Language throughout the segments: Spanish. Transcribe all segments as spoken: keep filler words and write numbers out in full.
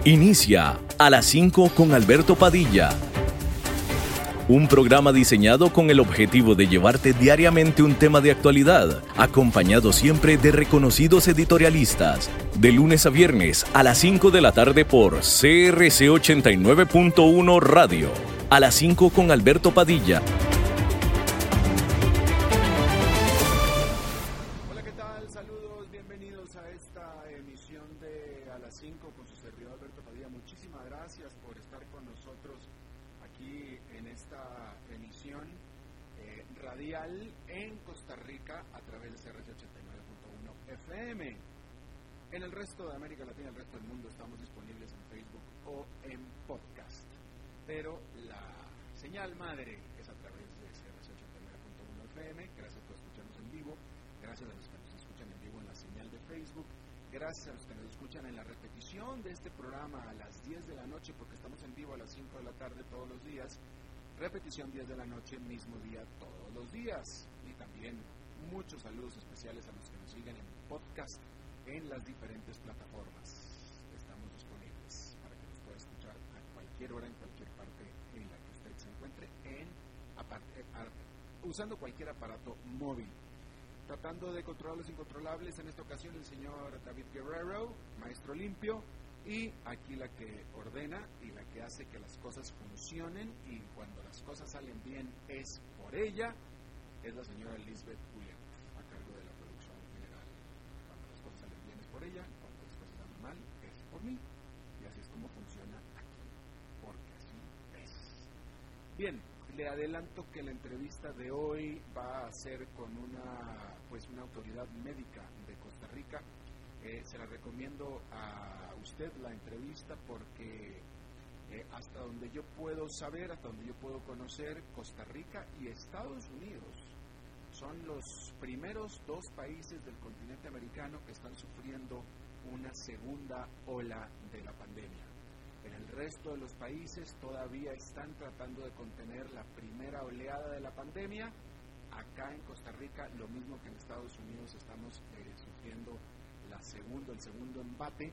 Inicia a las cinco con Alberto Padilla. Un programa diseñado con el objetivo de llevarte diariamente un tema de actualidad, acompañado siempre de reconocidos editorialistas. De lunes a viernes a las cinco de la tarde por C R C ochenta y nueve punto uno Radio. A las cinco con Alberto Padilla. Hola, ¿qué tal? Saludos, bienvenidos a esta emisión de A las cinco con su servidor Alberto Padilla. Muchísimas gracias por estar con nosotros aquí en esta emisión eh, radial en Costa Rica a través de C R C ochenta y nueve punto uno F M. En el resto de América Latina, el resto del mundo, estamos disponibles en Facebook o en podcast. Pero la señal madre es a través de C R C ochenta y nueve punto uno F M. Gracias por escucharnos en vivo. Gracias a los que nos escuchan en vivo en la señal de Facebook. Gracias a los que nos escuchan en la repetición de este programa a las diez de la noche, porque estamos en vivo a las cinco de la tarde todos los días. Repetición diez de la noche, mismo día todos los días. Y también muchos saludos especiales a los que nos siguen en podcast en las diferentes plataformas. Estamos disponibles para que nos pueda escuchar a cualquier hora, en cualquier parte en la que usted se encuentre, en aparte, a, usando cualquier aparato móvil. Tratando de controlar los incontrolables, en esta ocasión el señor David Guerrero, maestro limpio, y aquí la que ordena y la que hace que las cosas funcionen, y cuando las cosas salen bien es por ella, es la señora Elizabeth Williams, a cargo de la producción general. Cuando las cosas salen bien es por ella, cuando las cosas salen mal es por mí, y así es como funciona aquí, porque así es. Bien, le adelanto que la entrevista de hoy va a ser con una, pues una autoridad médica de Costa Rica. Eh, se la recomiendo a usted la entrevista porque eh, hasta donde yo puedo saber, hasta donde yo puedo conocer, Costa Rica y Estados Unidos son los primeros dos países del continente americano que están sufriendo una segunda ola de la pandemia. En el resto de los países todavía están tratando de contener la primera oleada de la pandemia. Acá en Costa Rica, lo mismo que en Estados Unidos, estamos eh, sufriendo la segundo, el segundo embate,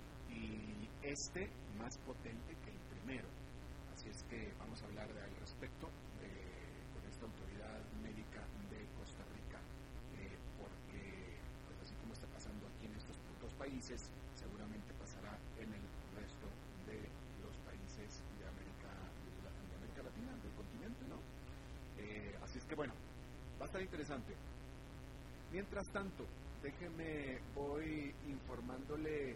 y este más potente que el primero. Así es que vamos a hablar de, al respecto de, con esta autoridad médica de Costa Rica, eh, porque pues así como está pasando aquí en estos dos países, seguramente pasará en el resto de los países de América, de América Latina, del continente, ¿no? Eh, así es que bueno, va a estar interesante. Mientras tanto, déjeme, voy informándole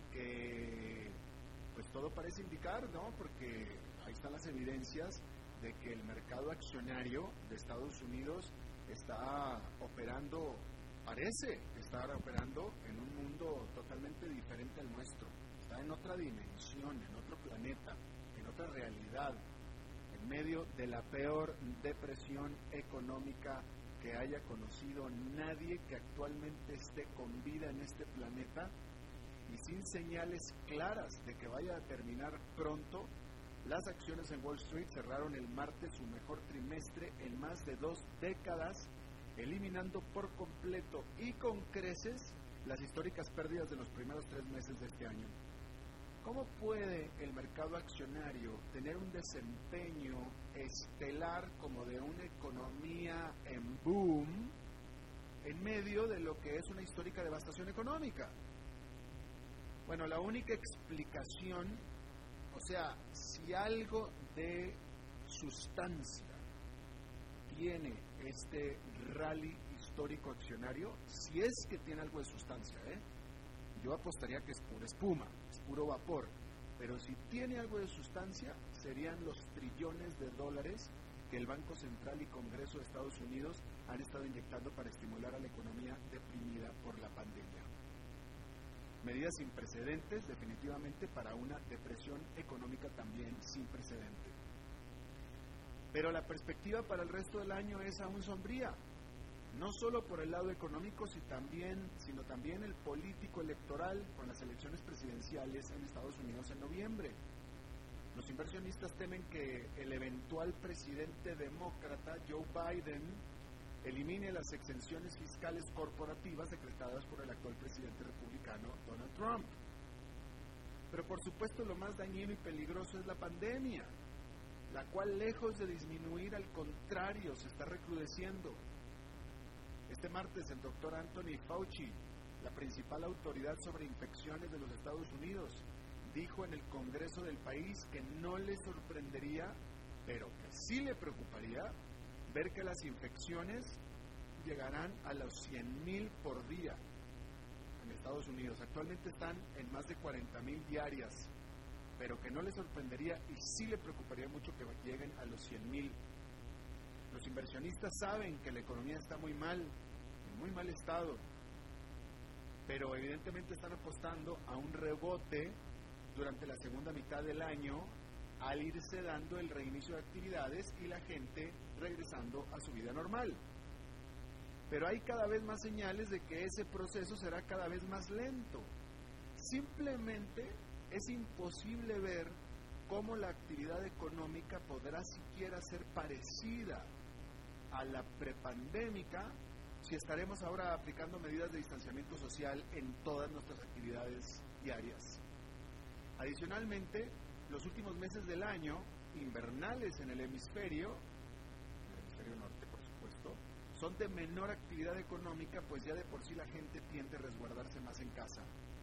que pues todo parece indicar, ¿no? Porque ahí están las evidencias de que el mercado accionario de Estados Unidos está operando, parece estar operando en un mundo totalmente diferente al nuestro. Está en otra dimensión, en otro planeta, en otra realidad, en medio de la peor depresión económica que haya conocido nadie que actualmente esté con vida en este planeta, y sin señales claras de que vaya a terminar pronto. Las acciones en Wall Street cerraron el martes su mejor trimestre en más de dos décadas, eliminando por completo y con creces las históricas pérdidas de los primeros tres meses de este año. ¿Cómo puede el mercado accionario tener un desempeño estelar como de una economía en boom en medio de lo que es una histórica devastación económica? Bueno, la única explicación, o sea, si algo de sustancia tiene este rally histórico accionario, si es que tiene algo de sustancia, ¿eh? Yo apostaría que es pura espuma, es puro vapor, pero si tiene algo de sustancia, serían los trillones de dólares que el Banco Central y Congreso de Estados Unidos han estado inyectando para estimular a la economía deprimida por la pandemia. Medidas sin precedentes, definitivamente, para una depresión económica también sin precedente. Pero la perspectiva para el resto del año es aún sombría, no solo por el lado económico, sino también, sino también el político electoral, con las elecciones presidenciales en Estados Unidos en noviembre. Los inversionistas temen que el eventual presidente demócrata Joe Biden elimine las exenciones fiscales corporativas decretadas por el actual presidente republicano Donald Trump. Pero por supuesto lo más dañino y peligroso es la pandemia, la cual lejos de disminuir, al contrario, se está recrudeciendo. Este martes el doctor Anthony Fauci, la principal autoridad sobre infecciones de los Estados Unidos, dijo en el Congreso del país que no le sorprendería, pero que sí le preocuparía, ver que las infecciones llegarán a los cien mil por día en Estados Unidos. Actualmente están en más de cuarenta mil diarias, pero que no le sorprendería y sí le preocuparía mucho que lleguen a los cien mil. Los inversionistas saben que la economía está muy mal, en muy mal estado, pero evidentemente están apostando a un rebote durante la segunda mitad del año, al irse dando el reinicio de actividades y la gente regresando a su vida normal. Pero hay cada vez más señales de que ese proceso será cada vez más lento. Simplemente es imposible ver cómo la actividad económica podrá siquiera ser parecida a la prepandémica si estaremos ahora aplicando medidas de distanciamiento social en todas nuestras actividades diarias. Adicionalmente, los últimos meses del año, invernales en el hemisferio, en el hemisferio norte por supuesto, son de menor actividad económica, pues ya de por sí la gente tiende a resguardarse más en casa.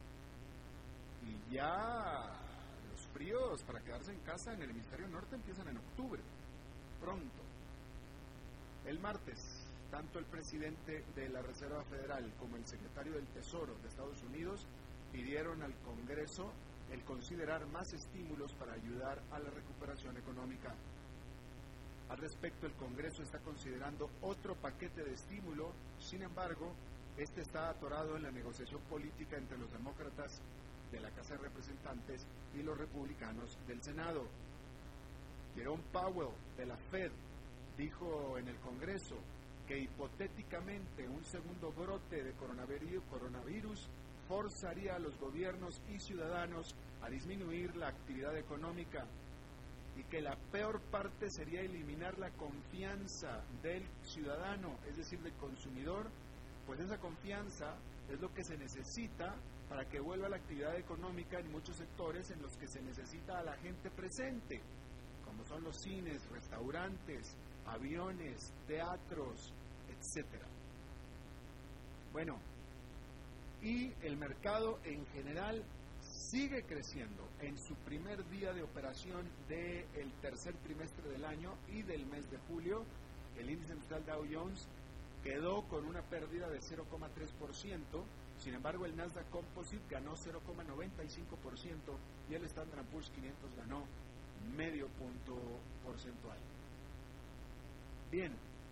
Y ya los fríos para quedarse en casa en el hemisferio norte empiezan en octubre, pronto. El martes, tanto el presidente de la Reserva Federal como el secretario del Tesoro de Estados Unidos pidieron al Congreso el considerar más estímulos para ayudar a la recuperación económica. Al respecto, el Congreso está considerando otro paquete de estímulo. Sin embargo, este está atorado en la negociación política entre los demócratas de la Casa de Representantes y los republicanos del Senado. Jerome Powell, de la Fed, dijo en el Congreso que hipotéticamente un segundo brote de coronavirus, coronavirus forzaría a los gobiernos y ciudadanos a disminuir la actividad económica y que la peor parte sería eliminar la confianza del ciudadano, es decir, del consumidor, pues esa confianza es lo que se necesita para que vuelva la actividad económica en muchos sectores en los que se necesita a la gente presente, como son los cines, restaurantes, aviones, teatros, etcétera. Bueno, y el mercado en general sigue creciendo. En su primer día de operación del tercer trimestre del año y del mes de julio, el índice industrial Dow Jones quedó con una pérdida de cero coma tres por ciento, sin embargo el Nasdaq Composite ganó cero coma noventa y cinco por ciento y el Standard and Poor's quinientos ganó medio punto porcentual. Bien,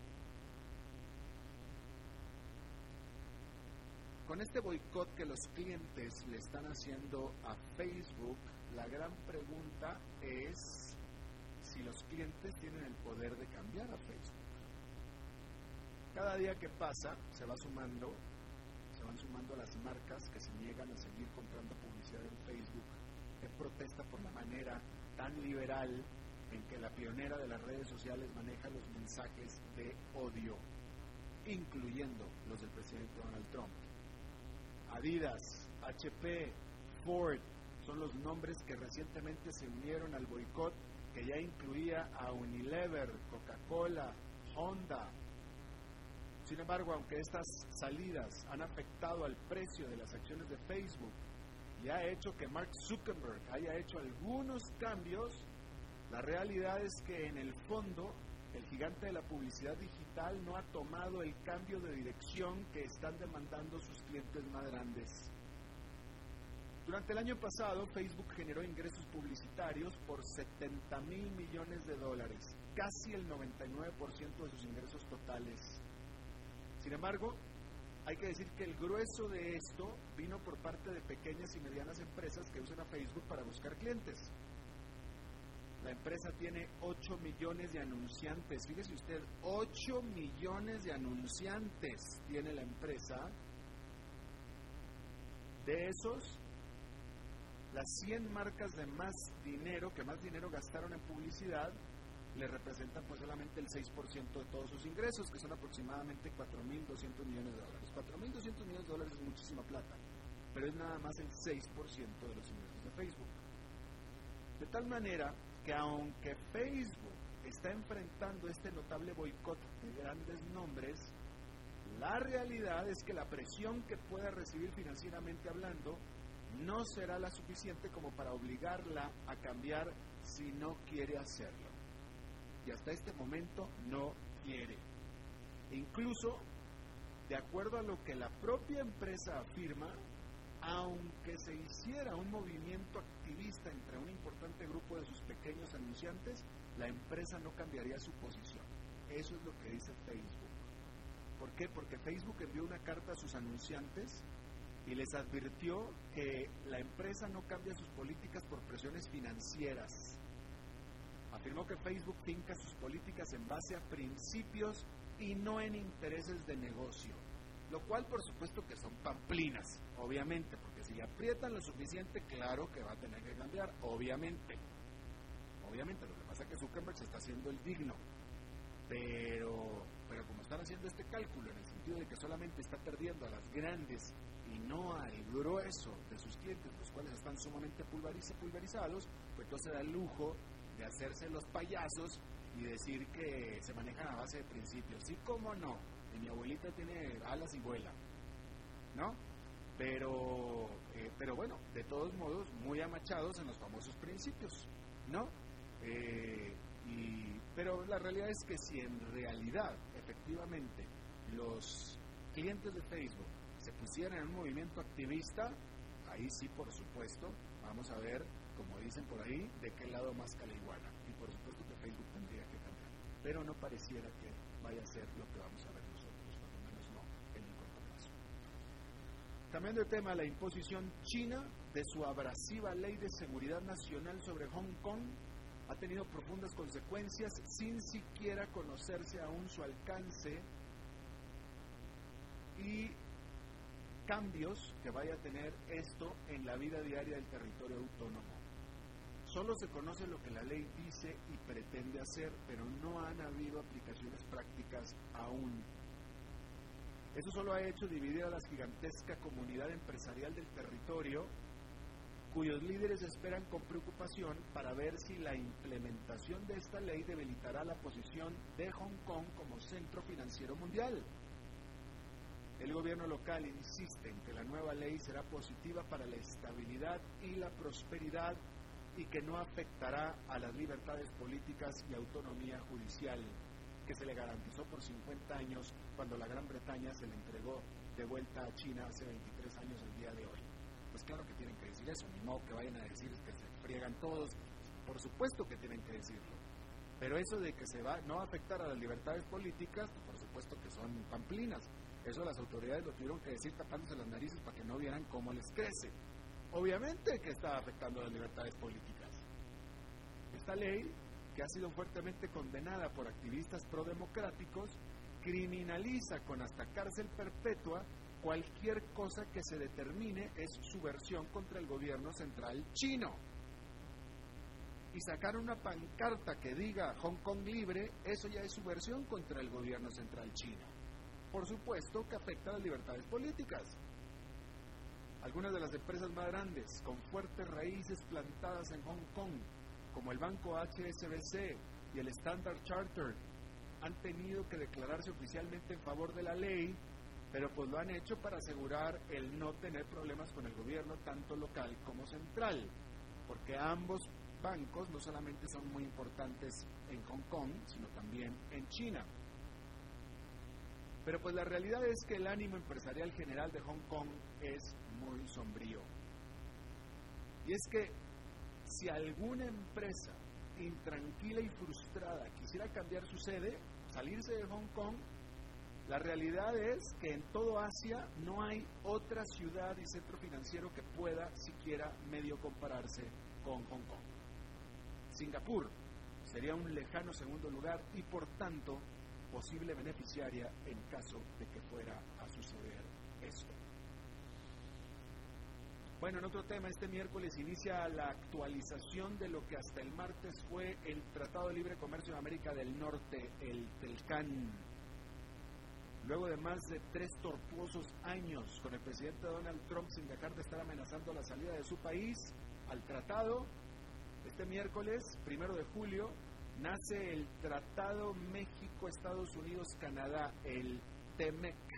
con este boicot que los clientes le están haciendo a Facebook, la gran pregunta es si los clientes tienen el poder de cambiar a Facebook. Cada día que pasa se va sumando, se van sumando las marcas que se niegan a seguir comprando publicidad en Facebook en protesta por la manera tan liberal en que la pionera de las redes sociales maneja los mensajes de odio, incluyendo los del presidente Donald Trump. Adidas, H P, Ford son los nombres que recientemente se unieron al boicot que ya incluía a Unilever, Coca-Cola, Honda. Sin embargo, aunque estas salidas han afectado al precio de las acciones de Facebook y ha hecho que Mark Zuckerberg haya hecho algunos cambios, la realidad es que en el fondo el gigante de la publicidad digital no ha tomado el cambio de dirección que están demandando sus clientes más grandes. Durante el año pasado, Facebook generó ingresos publicitarios por setenta mil millones de dólares, casi el noventa y nueve por ciento de sus ingresos totales. Sin embargo, hay que decir que el grueso de esto vino por parte de pequeñas y medianas empresas que usan a Facebook para buscar clientes. La empresa tiene ocho millones de anunciantes. Fíjese usted, ocho millones de anunciantes tiene la empresa. De esos, las cien marcas de más dinero, que más dinero gastaron en publicidad, le representan pues solamente el seis por ciento de todos sus ingresos, que son aproximadamente cuatro mil doscientos millones de dólares. cuatro mil doscientos millones de dólares es muchísima plata. pero es nada más el seis por ciento de los ingresos de Facebook. De tal manera que aunque Facebook está enfrentando este notable boicot de grandes nombres, la realidad es que la presión que pueda recibir financieramente hablando no será la suficiente como para obligarla a cambiar si no quiere hacerlo. Y hasta este momento no quiere. Incluso, de acuerdo a lo que la propia empresa afirma, aunque se hiciera un movimiento activista entre un importante grupo de sus pequeños anunciantes, la empresa no cambiaría su posición. Eso es lo que dice Facebook. ¿Por qué? Porque Facebook envió una carta a sus anunciantes y les advirtió que la empresa no cambia sus políticas por presiones financieras. Afirmó que Facebook finca sus políticas en base a principios y no en intereses de negocio, lo cual por supuesto que son pamplinas, obviamente, porque si aprietan lo suficiente, claro que va a tener que cambiar, obviamente. Obviamente, lo que pasa es que Zuckerberg se está haciendo el digno, pero, pero como están haciendo este cálculo en el sentido de que solamente está perdiendo a las grandes y no al grueso de sus clientes, los cuales están sumamente pulveriz- pulverizados, pues entonces da el lujo de hacerse los payasos y decir que se manejan a base de principios. Sí, cómo no, y mi abuelita tiene alas y vuela, ¿no? Pero, eh, pero bueno, de todos modos, muy amachados en los famosos principios, ¿no? Eh, y, pero la realidad es que si en realidad, efectivamente, los clientes de Facebook se pusieran en un movimiento activista, ahí sí, por supuesto, vamos a ver, como dicen por ahí, de qué lado más caliguana. Y por supuesto que Facebook tendría que cambiar. Pero no pareciera que vaya a ser lo que vamos a ver nosotros, por lo menos no en el corto plazo. Cambiando de tema, la imposición china de su abrasiva ley de seguridad nacional sobre Hong Kong ha tenido profundas consecuencias sin siquiera conocerse aún su alcance y cambios que vaya a tener esto en la vida diaria del territorio autónomo. Solo se conoce lo que la ley dice y pretende hacer, pero no han habido aplicaciones prácticas aún. Eso solo ha hecho dividir a la gigantesca comunidad empresarial del territorio, cuyos líderes esperan con preocupación para ver si la implementación de esta ley debilitará la posición de Hong Kong como centro financiero mundial. El gobierno local insiste en que la nueva ley será positiva para la estabilidad y la prosperidad y que no afectará a las libertades políticas y autonomía judicial que se le garantizó por cincuenta años cuando la Gran Bretaña se le entregó de vuelta a China hace veintitrés años el día de hoy. Pues claro que tienen que decir eso, ni modo que vayan a decir que se friegan todos, por supuesto que tienen que decirlo, pero eso de que se va no va a afectar a las libertades políticas, pues por supuesto que son pamplinas. Eso las autoridades lo tuvieron que decir tapándose las narices para que no vieran cómo les crece. Obviamente que está afectando a las libertades políticas. Esta ley, que ha sido fuertemente condenada por activistas prodemocráticos, criminaliza con hasta cárcel perpetua cualquier cosa que se determine es subversión contra el gobierno central chino. Y sacar una pancarta que diga Hong Kong libre, eso ya es subversión contra el gobierno central chino. Por supuesto que afecta a las libertades políticas. Algunas de las empresas más grandes, con fuertes raíces plantadas en Hong Kong, como el banco H S B C y el Standard Chartered, han tenido que declararse oficialmente en favor de la ley, pero pues lo han hecho para asegurar el no tener problemas con el gobierno, tanto local como central, porque ambos bancos no solamente son muy importantes en Hong Kong, sino también en China. Pero pues la realidad es que el ánimo empresarial general de Hong Kong es muy sombrío. Y es que si alguna empresa intranquila y frustrada quisiera cambiar su sede, salirse de Hong Kong, la realidad es que en todo Asia no hay otra ciudad y centro financiero que pueda siquiera medio compararse con Hong Kong. Singapur sería un lejano segundo lugar y por tanto posible beneficiaria en caso de que fuera a suceder esto. Bueno, en otro tema, este miércoles inicia la actualización de lo que hasta el martes fue el Tratado de Libre Comercio de América del Norte, el TELCAN. Luego de más de tres tortuosos años con el presidente Donald Trump sin dejar de estar amenazando la salida de su país al tratado, este miércoles, primero de julio, nace el Tratado México-Estados Unidos-Canadá, el T M E C.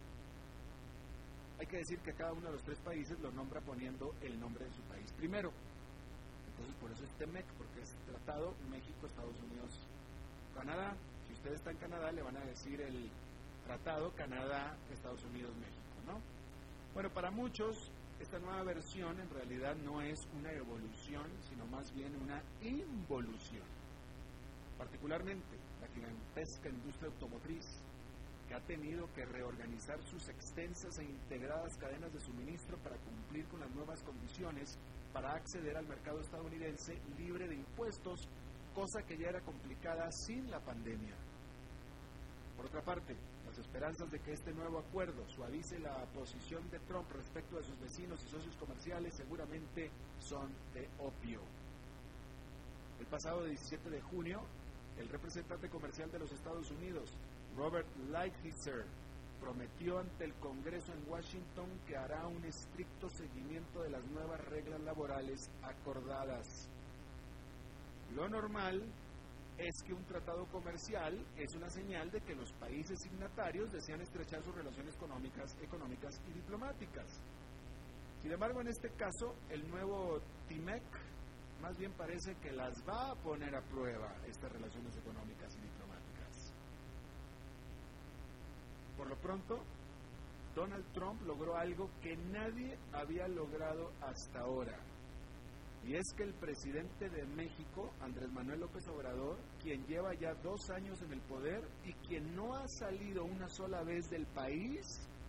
Hay que decir que cada uno de los tres países lo nombra poniendo el nombre de su país primero. Entonces por eso es T M E C, porque es Tratado México-Estados Unidos-Canadá. Si usted está en Canadá, le van a decir el Tratado Canadá-Estados Unidos-México, ¿no? Bueno, para muchos, esta nueva versión en realidad no es una evolución, sino más bien una involución. Particularmente la gigantesca industria automotriz, que ha tenido que reorganizar sus extensas e integradas cadenas de suministro para cumplir con las nuevas condiciones para acceder al mercado estadounidense libre de impuestos, cosa que ya era complicada sin la pandemia. Por otra parte, las esperanzas de que este nuevo acuerdo suavice la posición de Trump respecto a sus vecinos y socios comerciales seguramente son de opio. El pasado diecisiete de junio, el representante comercial de los Estados Unidos, Robert Lighthizer, prometió ante el Congreso en Washington que hará un estricto seguimiento de las nuevas reglas laborales acordadas. Lo normal es que un tratado comercial es una señal de que los países signatarios desean estrechar sus relaciones económicas, económicas y diplomáticas. Sin embargo, en este caso, el nuevo T M E C más bien parece que las va a poner a prueba, estas relaciones económicas y diplomáticas. Por lo pronto, Donald Trump logró algo que nadie había logrado hasta ahora. Y es que el presidente de México, Andrés Manuel López Obrador, quien lleva ya dos años en el poder y quien no ha salido una sola vez del país,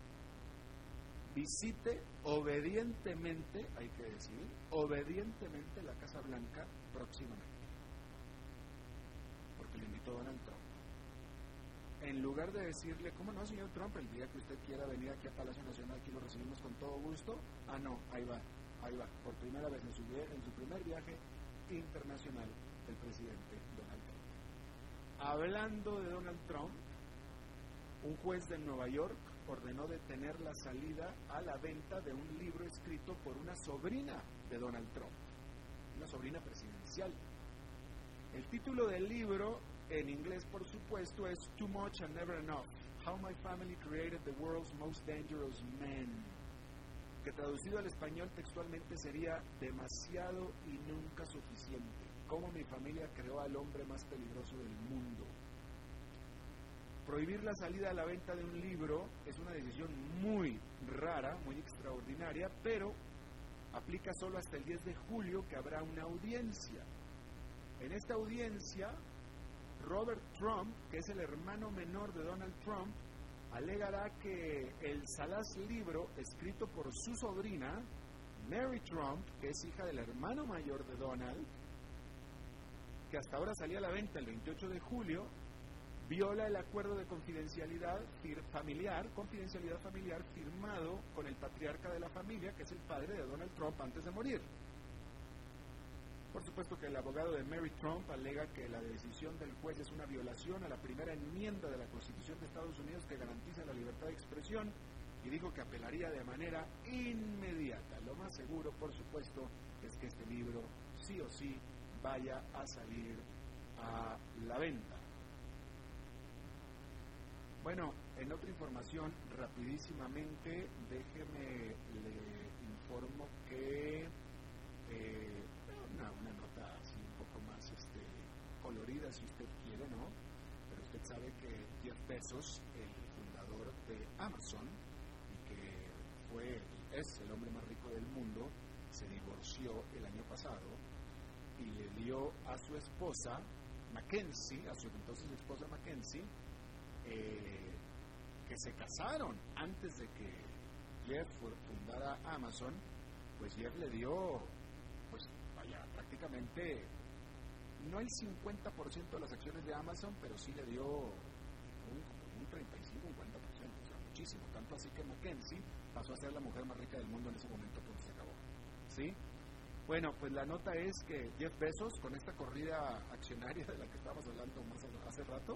visite obedientemente, hay que decir, obedientemente la Casa Blanca próximamente. Porque le invitó Donald Trump. En lugar de decirle, ¿cómo no, señor Trump? El día que usted quiera venir aquí a Palacio Nacional, aquí lo recibimos con todo gusto. Ah, no, ahí va. Ahí va, por primera vez en su, en su primer viaje internacional, el presidente Donald Trump. Hablando de Donald Trump, un juez de Nueva York ordenó detener la salida a la venta de un libro escrito por una sobrina de Donald Trump, una sobrina presidencial. El título del libro, en inglés por supuesto, es Too Much and Never Enough, How My Family Created the World's Most Dangerous Man, que traducido al español textualmente sería demasiado y nunca suficiente. Cómo mi familia creó al hombre más peligroso del mundo. Prohibir la salida a la venta de un libro es una decisión muy rara, muy extraordinaria, pero aplica solo hasta el diez de julio, que habrá una audiencia. En esta audiencia, Robert Trump, que es el hermano menor de Donald Trump, alegará que el salaz libro escrito por su sobrina, Mary Trump, que es hija del hermano mayor de Donald, que hasta ahora salía a la venta el veintiocho de julio, viola el acuerdo de confidencialidad familiar, confidencialidad familiar firmado con el patriarca de la familia, que es el padre de Donald Trump antes de morir. Por supuesto que el abogado de Mary Trump alega que la decisión del juez es una violación a la primera enmienda de la Constitución de Estados Unidos que garantiza la libertad de expresión, y dijo que apelaría de manera inmediata. Lo más seguro, por supuesto, es que este libro sí o sí vaya a salir a la venta. Bueno, en otra información, rapidísimamente, déjeme le informo que eh, una, una nota así un poco más este, colorida, si usted quiere, ¿no? Pero usted sabe que Jeff Bezos, el fundador de Amazon, y que fue, es el hombre más rico del mundo, se divorció el año pasado y le dio a su esposa, Mackenzie, a su entonces esposa Mackenzie, eh, que se casaron antes de que Jeff fundara Amazon. Pues Jeff le dio, pues vaya, prácticamente, no el cincuenta por ciento de las acciones de Amazon, pero sí le dio un, un treinta y cinco a cincuenta por ciento, o sea, muchísimo, tanto así que Mackenzie pasó a ser la mujer más rica del mundo en ese momento cuando se acabó, ¿sí? Bueno, pues la nota es que Jeff Bezos, con esta corrida accionaria de la que estábamos hablando más hace rato,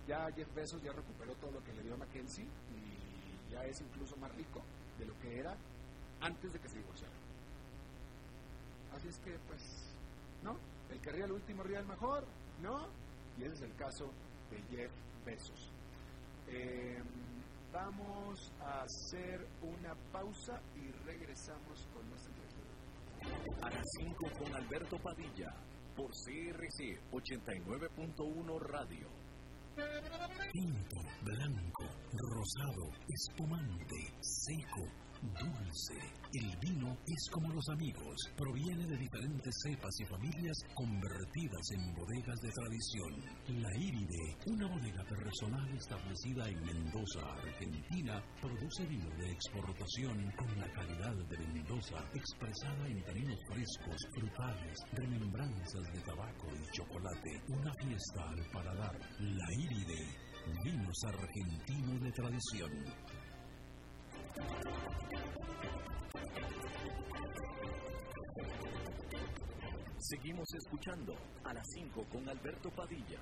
ya Jeff Bezos ya recuperó todo lo que le dio a Mackenzie y ya es incluso más rico de lo que era antes de que se divorciara. Así es que, pues, ¿no? El que ría el último ría el mejor, ¿no? Y ese es el caso de Jeff Bezos. Eh, vamos a hacer una pausa y regresamos con nuestra entrevista. A las cinco con Alberto Padilla, por C R C ochenta y nueve punto uno Radio. Tinto, blanco, rosado, espumante, seco, dulce. El vino es como los amigos, proviene de diferentes cepas y familias convertidas en bodegas de tradición. La Iride, una bodega personal establecida en Mendoza, Argentina, produce vino de exportación con la calidad de Mendoza, expresada en taninos frescos, frutales, remembranzas de tabaco y chocolate. Una fiesta al paladar. La Iride, vinos argentinos de tradición. Seguimos escuchando a las cinco con Alberto Padilla.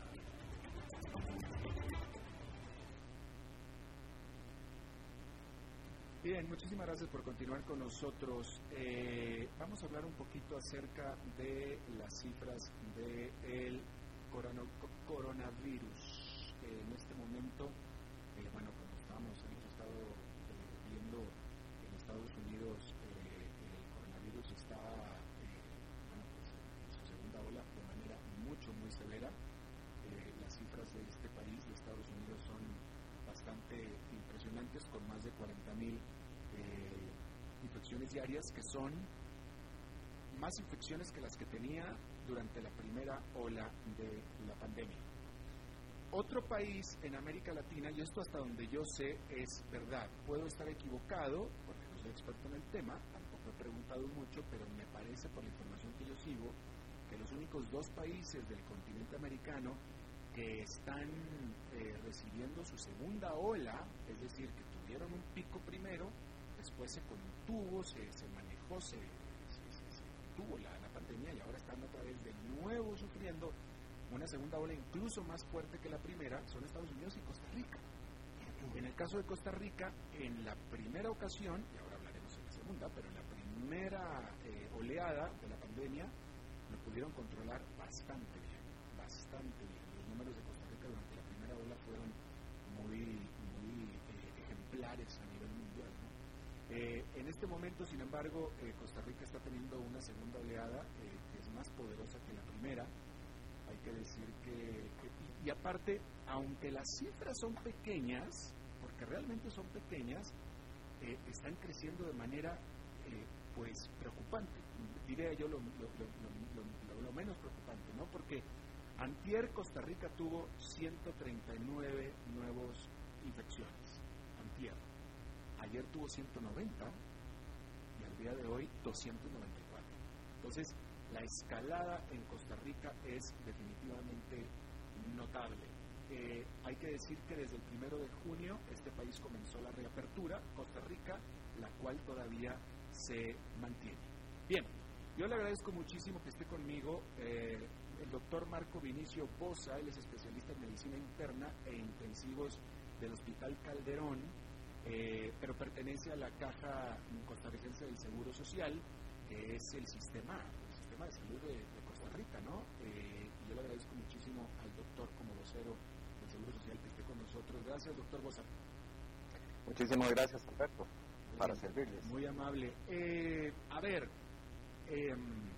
Bien, muchísimas gracias por continuar con nosotros. Eh, vamos a hablar un poquito acerca de las cifras del coronavirus. Eh, en este momento, eh, bueno, cuando estamos, hemos estado eh, viendo en Estados Unidos, eh, el coronavirus está eh, bueno, pues, en su segunda ola de manera mucho, muy severa. Eh, las cifras de este país, de Estados Unidos, son bastante impresionantes, con más de cuarenta mil eh, infecciones diarias, que son más infecciones que las que tenía durante la primera ola de la pandemia. Otro país en América Latina, y esto hasta donde yo sé es verdad, puedo estar equivocado porque no soy experto en el tema, tampoco he preguntado mucho, pero me parece, por la información que yo sigo, que los únicos dos países del continente americano que están eh, recibiendo su segunda ola, es decir, que tuvieron un pico primero, después se contuvo, se, se manejó, se, se, se, se tuvo la, la pandemia y ahora están otra vez de nuevo sufriendo una segunda ola incluso más fuerte que la primera, son Estados Unidos y Costa Rica. En el caso de Costa Rica, en la primera ocasión, y ahora hablaremos en la segunda, pero en la primera eh, oleada de la pandemia, lo pudieron controlar bastante bien, bastante bien. Los números de Costa Rica durante la primera ola fueron muy, muy eh, ejemplares a nivel mundial, ¿no? Eh, en este momento, sin embargo, eh, Costa Rica está teniendo una segunda oleada eh, que es más poderosa que la primera. Hay que decir que, que y, y aparte, aunque las cifras son pequeñas, porque realmente son pequeñas, eh, están creciendo de manera eh, pues preocupante, diría yo lo, lo, lo, lo, lo, lo menos preocupante, ¿no? Porque antier Costa Rica tuvo ciento treinta y nueve nuevos infecciones, antier. Ayer tuvo ciento noventa y al día de hoy doscientos noventa y cuatro. Entonces, la escalada en Costa Rica es definitivamente notable. Eh, hay que decir que desde el primero de junio este país comenzó la reapertura, Costa Rica, la cual todavía se mantiene. Bien, yo le agradezco muchísimo que esté conmigo eh, el doctor Marco Vinicio Boza. Él es especialista en medicina interna e intensivos del Hospital Calderón, eh, pero pertenece a la Caja Costarricense del Seguro Social, que es el sistema de salud de, de Costa Rica, ¿no? Eh, y yo le agradezco muchísimo al doctor como vocero del Seguro Social que esté con nosotros. Gracias, doctor Boza. Muchísimas gracias, Alberto, para muy, servirles. Muy amable. Eh, a ver, eh,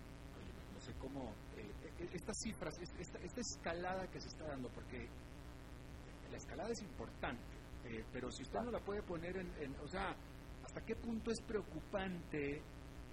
no sé cómo, eh, estas cifras, esta, esta escalada que se está dando, porque la escalada es importante, eh, pero si usted no la puede poner en, en, o sea, ¿hasta qué punto es preocupante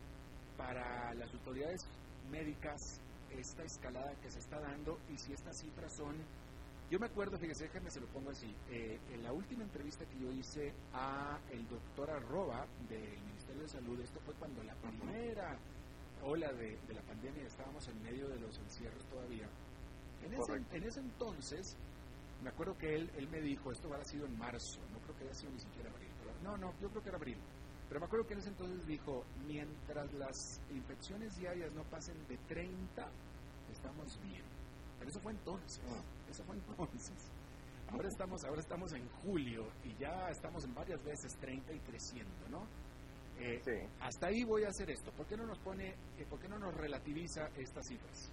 para las autoridades médicas esta escalada que se está dando y si estas cifras son... Yo me acuerdo, fíjese, déjeme se lo pongo así, eh, en la última entrevista que yo hice a el doctor Arroba del Ministerio de Salud, esto fue cuando la primera ola de, de la pandemia, estábamos en medio de los encierros todavía. En ese, en ese entonces, me acuerdo que él, él me dijo, esto habrá sido en marzo, no creo que haya sido ni siquiera abril, pero no, no, yo creo que era abril. Pero me acuerdo que en ese entonces dijo, mientras las infecciones diarias no pasen de treinta, estamos bien. Pero eso fue entonces, eso fue entonces. Ahora estamos, ahora estamos en julio y ya estamos en varias veces treinta y creciendo, ¿no? Eh, sí. Hasta ahí voy a hacer esto. ¿Por qué no nos pone, eh, por qué no nos relativiza estas cifras?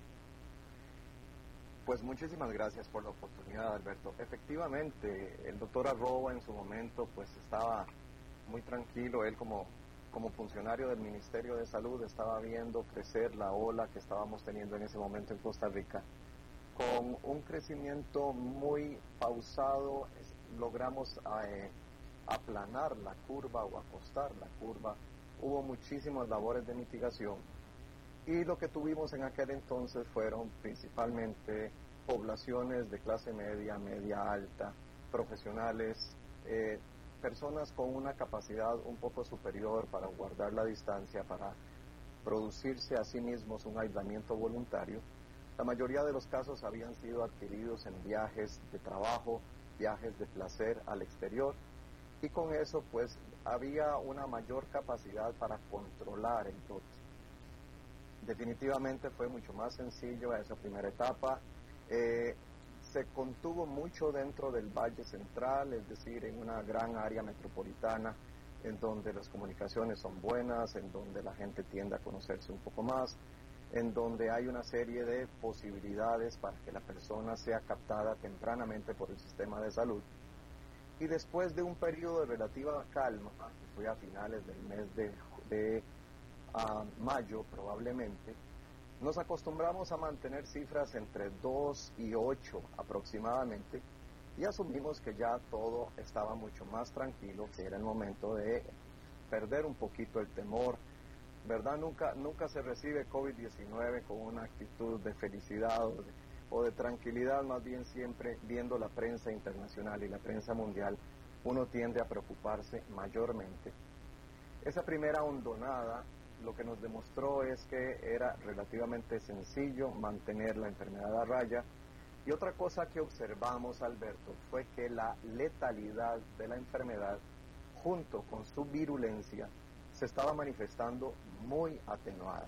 Pues muchísimas gracias por la oportunidad, Alberto. Efectivamente, el doctor Arroba en su momento pues estaba muy tranquilo. Él como, como funcionario del Ministerio de Salud estaba viendo crecer la ola que estábamos teniendo en ese momento en Costa Rica. Con un crecimiento muy pausado logramos eh, aplanar la curva o acostar la curva. Hubo muchísimas labores de mitigación. Y lo que tuvimos en aquel entonces fueron principalmente poblaciones de clase media, media alta, profesionales, eh, personas con una capacidad un poco superior para guardar la distancia, para producirse a sí mismos un aislamiento voluntario. La mayoría de los casos habían sido adquiridos en viajes de trabajo, viajes de placer al exterior, y con eso pues había una mayor capacidad para controlar el brote. Definitivamente fue mucho más sencillo esa primera etapa. Eh, se contuvo mucho dentro del Valle Central, es decir, en una gran área metropolitana en donde las comunicaciones son buenas, en donde la gente tiende a conocerse un poco más, en donde hay una serie de posibilidades para que la persona sea captada tempranamente por el sistema de salud. Y después de un periodo de relativa calma, que fue a finales del mes de, de a mayo probablemente, nos acostumbramos a mantener cifras entre dos y ocho aproximadamente y asumimos que ya todo estaba mucho más tranquilo, que era el momento de perder un poquito el temor, ¿verdad? Nunca, nunca se recibe COVID diecinueve con una actitud de felicidad o de, o de tranquilidad, más bien siempre viendo la prensa internacional y la prensa mundial, uno tiende a preocuparse mayormente. Esa primera hondonada lo que nos demostró es que era relativamente sencillo mantener la enfermedad a raya. Y otra cosa que observamos, Alberto, fue que la letalidad de la enfermedad, junto con su virulencia, se estaba manifestando muy atenuada.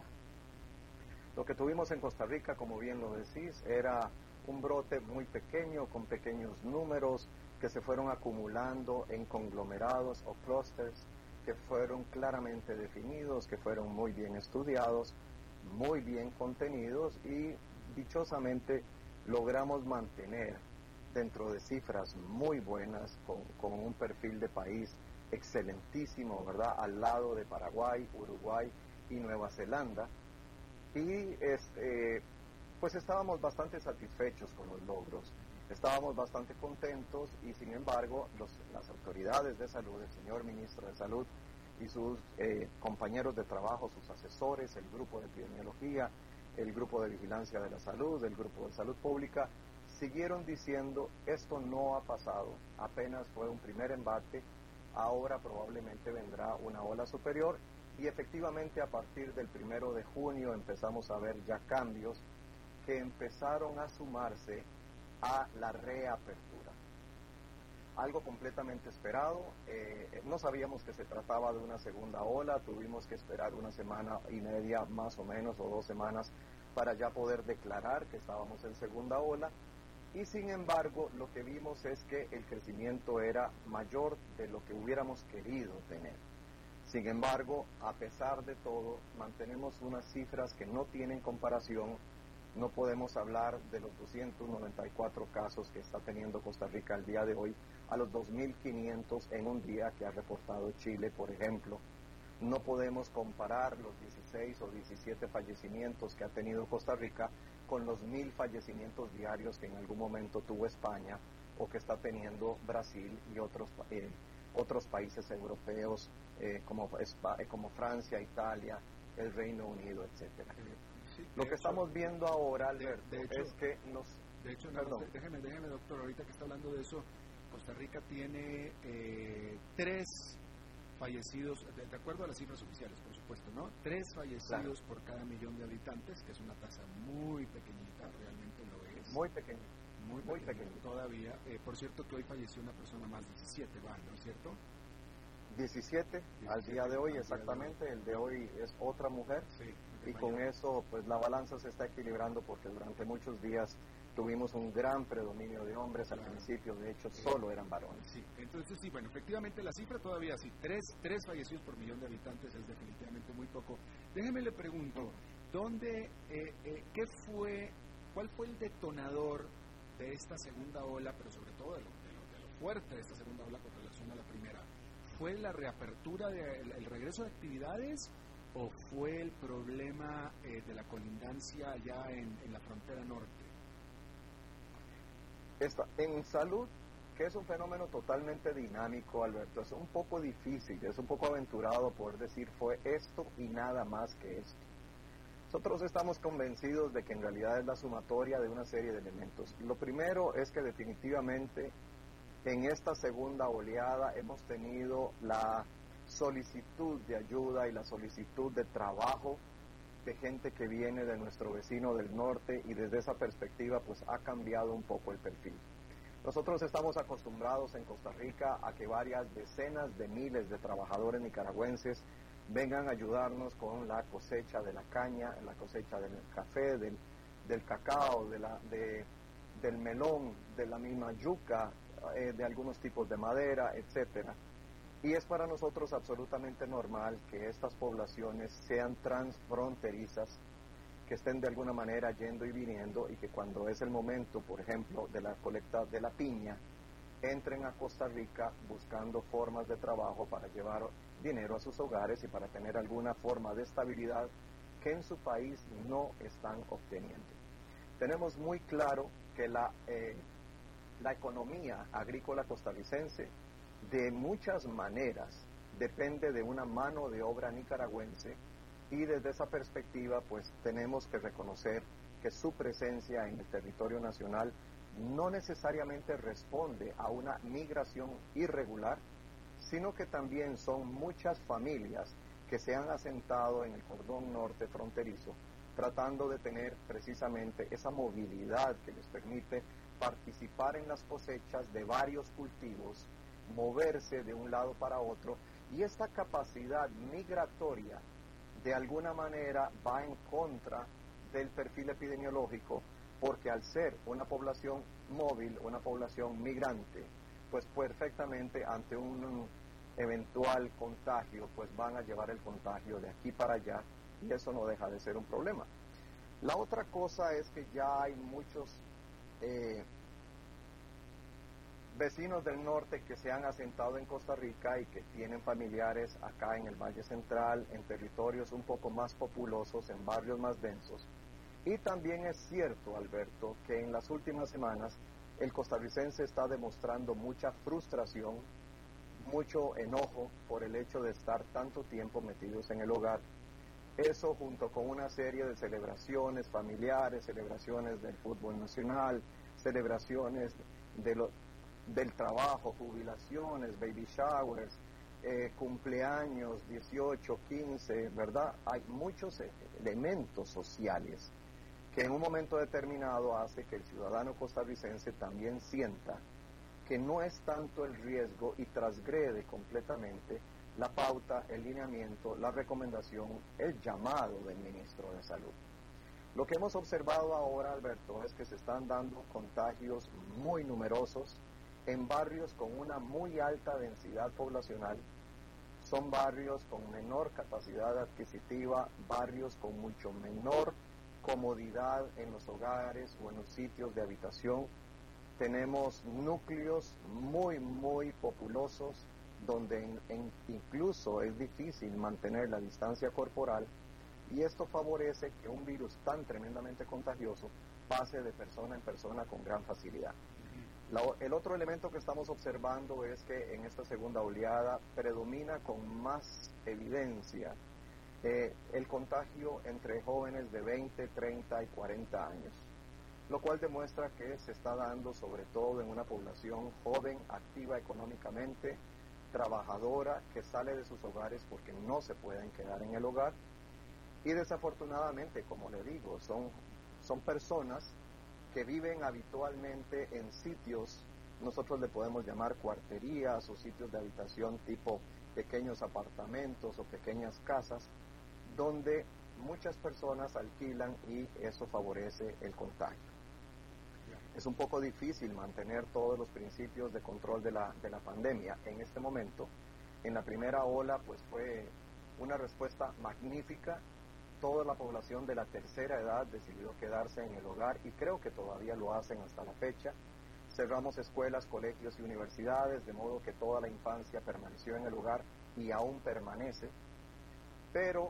Lo que tuvimos en Costa Rica, como bien lo decís, era un brote muy pequeño, con pequeños números que se fueron acumulando en conglomerados o clústeres, que fueron claramente definidos, que fueron muy bien estudiados, muy bien contenidos y dichosamente logramos mantener dentro de cifras muy buenas, con, con un perfil de país excelentísimo, ¿verdad? Al lado de Paraguay, Uruguay y Nueva Zelanda. Y este, pues estábamos bastante satisfechos con los logros, estábamos bastante contentos y sin embargo los, las autoridades de salud, el señor ministro de Salud y sus eh, compañeros de trabajo, sus asesores, el grupo de epidemiología, el grupo de vigilancia de la salud, el grupo de salud pública, siguieron diciendo esto no ha pasado, apenas fue un primer embate, ahora probablemente vendrá una ola superior y efectivamente a partir del primero de junio empezamos a ver ya cambios que empezaron a sumarse a la reapertura. Algo completamente esperado, eh, no sabíamos que se trataba de una segunda ola, tuvimos que esperar una semana y media más o menos o dos semanas para ya poder declarar que estábamos en segunda ola y sin embargo lo que vimos es que el crecimiento era mayor de lo que hubiéramos querido tener. Sin embargo, a pesar de todo, mantenemos unas cifras que no tienen comparación. No podemos hablar de los doscientos noventa y cuatro casos que está teniendo Costa Rica al día de hoy, a los dos mil quinientos en un día que ha reportado Chile, por ejemplo. No podemos comparar los dieciséis o diecisiete fallecimientos que ha tenido Costa Rica con los mil fallecimientos diarios que en algún momento tuvo España o que está teniendo Brasil y otros, eh, otros países europeos eh, como, como Francia, Italia, el Reino Unido, etcétera. Sí, Lo que hecho, estamos viendo ahora, Alberto, de, de hecho, es que nos... De hecho, no, no, déjeme, déjeme, doctor, ahorita que está hablando de eso, Costa Rica tiene eh, tres fallecidos, de, de acuerdo a las cifras oficiales, por supuesto, ¿no? Tres fallecidos claro. por cada millón de habitantes, que es una tasa muy pequeñita, realmente lo es. Muy pequeña. Muy, muy pequeña todavía. Eh, por cierto que hoy falleció una persona más, diecisiete, ¿va? ¿No es cierto? diecisiete, diecisiete al día de hoy, exactamente. De hoy. El de hoy es otra mujer. Sí. Y con eso, pues la balanza se está equilibrando porque durante muchos días tuvimos un gran predominio de hombres al principio, de hecho solo eran varones. Sí, entonces sí, bueno, efectivamente la cifra todavía sí, tres, tres fallecidos por millón de habitantes es definitivamente muy poco. Déjeme le pregunto, ¿dónde, eh, eh, qué fue, cuál fue el detonador de esta segunda ola, pero sobre todo de lo, de lo, de lo fuerte de esta segunda ola con relación a la primera? ¿Fue la reapertura, de, el, el regreso de actividades o fue el problema eh, de la colindancia allá en, en la frontera norte? Esta, en salud, que es un fenómeno totalmente dinámico, Alberto, es un poco difícil, es un poco aventurado poder decir fue esto y nada más que esto. Nosotros estamos convencidos de que en realidad es la sumatoria de una serie de elementos. Lo primero es que definitivamente en esta segunda oleada hemos tenido la solicitud de ayuda y la solicitud de trabajo de gente que viene de nuestro vecino del norte, y desde esa perspectiva pues ha cambiado un poco el perfil. Nosotros estamos acostumbrados en Costa Rica a que varias decenas de miles de trabajadores nicaragüenses vengan a ayudarnos con la cosecha de la caña, la cosecha del café, del, del cacao, de la, de, del melón, de la misma yuca, eh, de algunos tipos de madera, etcétera. Y es para nosotros absolutamente normal que estas poblaciones sean transfronterizas, que estén de alguna manera yendo y viniendo, y que cuando es el momento, por ejemplo, de la colecta de la piña, entren a Costa Rica buscando formas de trabajo para llevar dinero a sus hogares y para tener alguna forma de estabilidad que en su país no están obteniendo. Tenemos muy claro que la, eh, la economía agrícola costarricense de muchas maneras depende de una mano de obra nicaragüense, y desde esa perspectiva pues tenemos que reconocer que su presencia en el territorio nacional no necesariamente responde a una migración irregular, sino que también son muchas familias que se han asentado en el cordón norte fronterizo, tratando de tener precisamente esa movilidad que les permite participar en las cosechas de varios cultivos, moverse de un lado para otro, y esta capacidad migratoria de alguna manera va en contra del perfil epidemiológico, porque al ser una población móvil, una población migrante, pues perfectamente ante un eventual contagio, pues van a llevar el contagio de aquí para allá, y eso no deja de ser un problema. La otra cosa es que ya hay muchos eh, vecinos del norte que se han asentado en Costa Rica y que tienen familiares acá en el Valle Central, en territorios un poco más populosos, en barrios más densos. Y también es cierto, Alberto, que en las últimas semanas el costarricense está demostrando mucha frustración, mucho enojo por el hecho de estar tanto tiempo metidos en el hogar. Eso, junto con una serie de celebraciones familiares, celebraciones del fútbol nacional, celebraciones de lo, del trabajo, jubilaciones, baby showers, eh, cumpleaños, dieciocho, quince, ¿verdad? Hay muchos elementos sociales que en un momento determinado hace que el ciudadano costarricense también sienta que no es tanto el riesgo y transgrede completamente la pauta, el lineamiento, la recomendación, el llamado del ministro de Salud. Lo que hemos observado ahora, Alberto, es que se están dando contagios muy numerosos en barrios con una muy alta densidad poblacional. Son barrios con menor capacidad adquisitiva, barrios con mucho menor comodidad en los hogares o en los sitios de habitación. Tenemos núcleos muy, muy populosos donde en, en, incluso es difícil mantener la distancia corporal, y esto favorece que un virus tan tremendamente contagioso pase de persona en persona con gran facilidad. La, el otro elemento que estamos observando es que en esta segunda oleada predomina con más evidencia eh, el contagio entre jóvenes de veinte, treinta y cuarenta años, lo cual demuestra que se está dando sobre todo en una población joven, activa económicamente, trabajadora, que sale de sus hogares porque no se pueden quedar en el hogar, y desafortunadamente, como le digo, son, son personas que viven habitualmente en sitios, nosotros le podemos llamar cuarterías o sitios de habitación tipo pequeños apartamentos o pequeñas casas, donde muchas personas alquilan y eso favorece el contagio. Es un poco difícil mantener todos los principios de control de la, de la pandemia en este momento. En la primera ola, pues fue una respuesta magnífica. Toda la población de la tercera edad decidió quedarse en el hogar y creo que todavía lo hacen hasta la fecha. Cerramos escuelas, colegios y universidades, de modo que toda la infancia permaneció en el hogar y aún permanece. Pero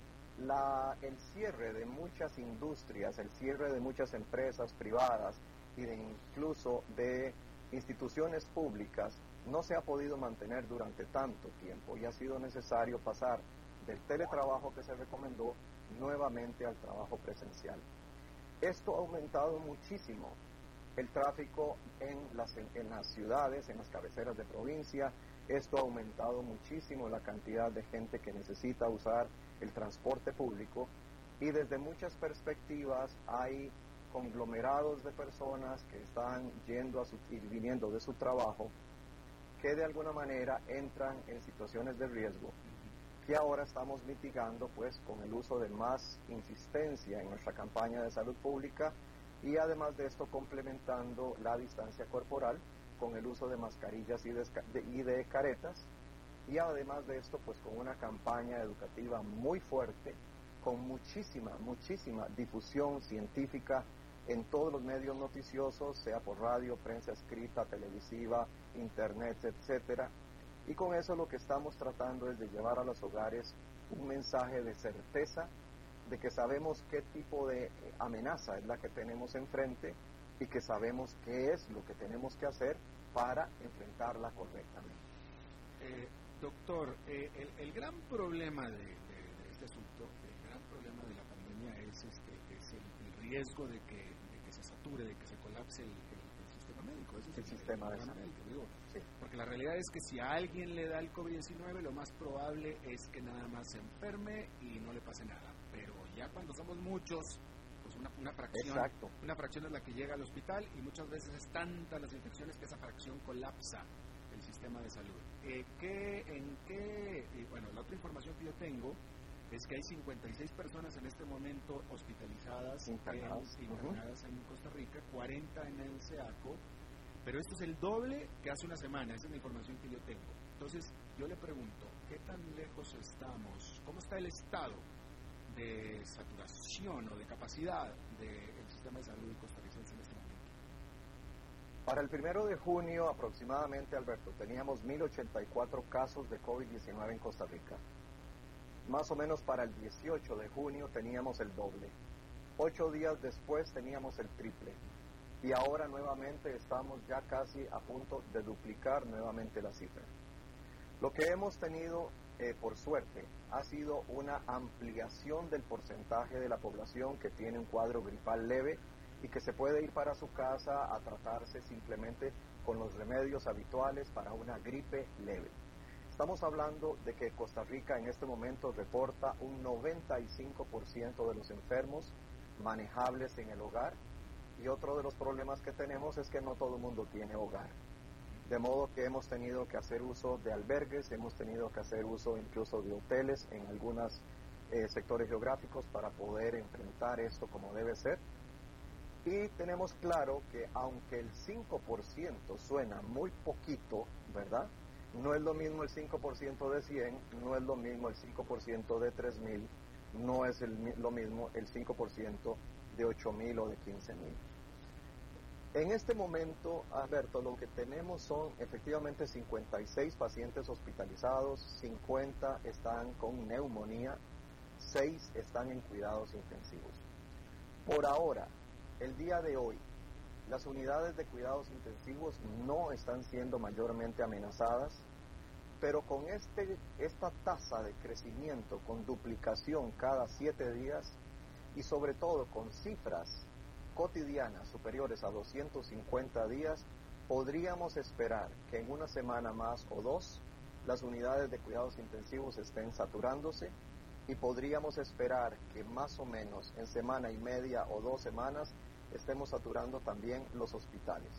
la, el cierre de muchas industrias, el cierre de muchas empresas privadas y de incluso de instituciones públicas no se ha podido mantener durante tanto tiempo y ha sido necesario pasar del teletrabajo que se recomendó nuevamente al trabajo presencial. Esto ha aumentado muchísimo el tráfico en las, en las ciudades, en las cabeceras de provincia. Esto ha aumentado muchísimo la cantidad de gente que necesita usar el transporte público y desde muchas perspectivas hay conglomerados de personas que están yendo a su, y viniendo de su trabajo que de alguna manera entran en situaciones de riesgo que ahora estamos mitigando pues con el uso de más insistencia en nuestra campaña de salud pública y además de esto complementando la distancia corporal con el uso de mascarillas y de, de, y de caretas y además de esto pues con una campaña educativa muy fuerte con muchísima, muchísima difusión científica en todos los medios noticiosos, sea por radio, prensa escrita, televisiva, internet, etcétera. Y con eso lo que estamos tratando es de llevar a los hogares un mensaje de certeza, de que sabemos qué tipo de amenaza es la que tenemos enfrente y que sabemos qué es lo que tenemos que hacer para enfrentarla correctamente. Eh, doctor, eh, el, el gran problema de, de, de este asunto, el gran problema de la pandemia es, este, es el, el riesgo de que, de que se sature, de que se colapse el, el, el sistema médico. Ese es el, el sistema de salud. Digo, sí. Porque la realidad es que si a alguien le da el COVID diecinueve, lo más probable es que nada más se enferme y no le pase nada. Pero ya cuando somos muchos, pues una, una fracción Exacto. una fracción es la que llega al hospital y muchas veces es tanta las infecciones que esa fracción colapsa el sistema de salud. Eh, ¿qué, ¿En qué? Eh, bueno, la otra información que yo tengo es que hay cincuenta y seis personas en este momento hospitalizadas internadas en, internadas uh-huh. en Costa Rica, cuarenta en el SEACO, pero esto es el doble que hace una semana, esa es la información que yo tengo. Entonces, yo le pregunto, ¿qué tan lejos estamos? ¿Cómo está el estado de saturación o de capacidad del sistema de salud costarricense en este momento? Para el primero de junio aproximadamente, Alberto, teníamos mil ochenta y cuatro casos de COVID diecinueve en Costa Rica. Más o menos para el dieciocho de junio teníamos el doble. Ocho días después teníamos el triple. Y ahora nuevamente estamos ya casi a punto de duplicar nuevamente la cifra. Lo que hemos tenido, eh, por suerte, ha sido una ampliación del porcentaje de la población que tiene un cuadro gripal leve y que se puede ir para su casa a tratarse simplemente con los remedios habituales para una gripe leve. Estamos hablando de que Costa Rica en este momento reporta un noventa y cinco por ciento de los enfermos manejables en el hogar y otro de los problemas que tenemos es que no todo el mundo tiene hogar. De modo que hemos tenido que hacer uso de albergues, hemos tenido que hacer uso incluso de hoteles en algunos eh, sectores geográficos para poder enfrentar esto como debe ser. Y tenemos claro que aunque el cinco por ciento suena muy poquito, ¿verdad? No es lo mismo el cinco por ciento de cien, no es lo mismo el cinco por ciento de tres mil, no es el, lo mismo el cinco por ciento de ocho mil o de quince mil. En este momento, Alberto, lo que tenemos son efectivamente cincuenta y seis pacientes hospitalizados, cincuenta están con neumonía, seis están en cuidados intensivos. Por ahora, el día de hoy, las unidades de cuidados intensivos no están siendo mayormente amenazadas, pero con este, esta tasa de crecimiento, con duplicación cada siete días y sobre todo con cifras cotidianas superiores a doscientos cincuenta días, podríamos esperar que en una semana más o dos las unidades de cuidados intensivos estén saturándose y podríamos esperar que más o menos en semana y media o dos semanas estemos saturando también los hospitales.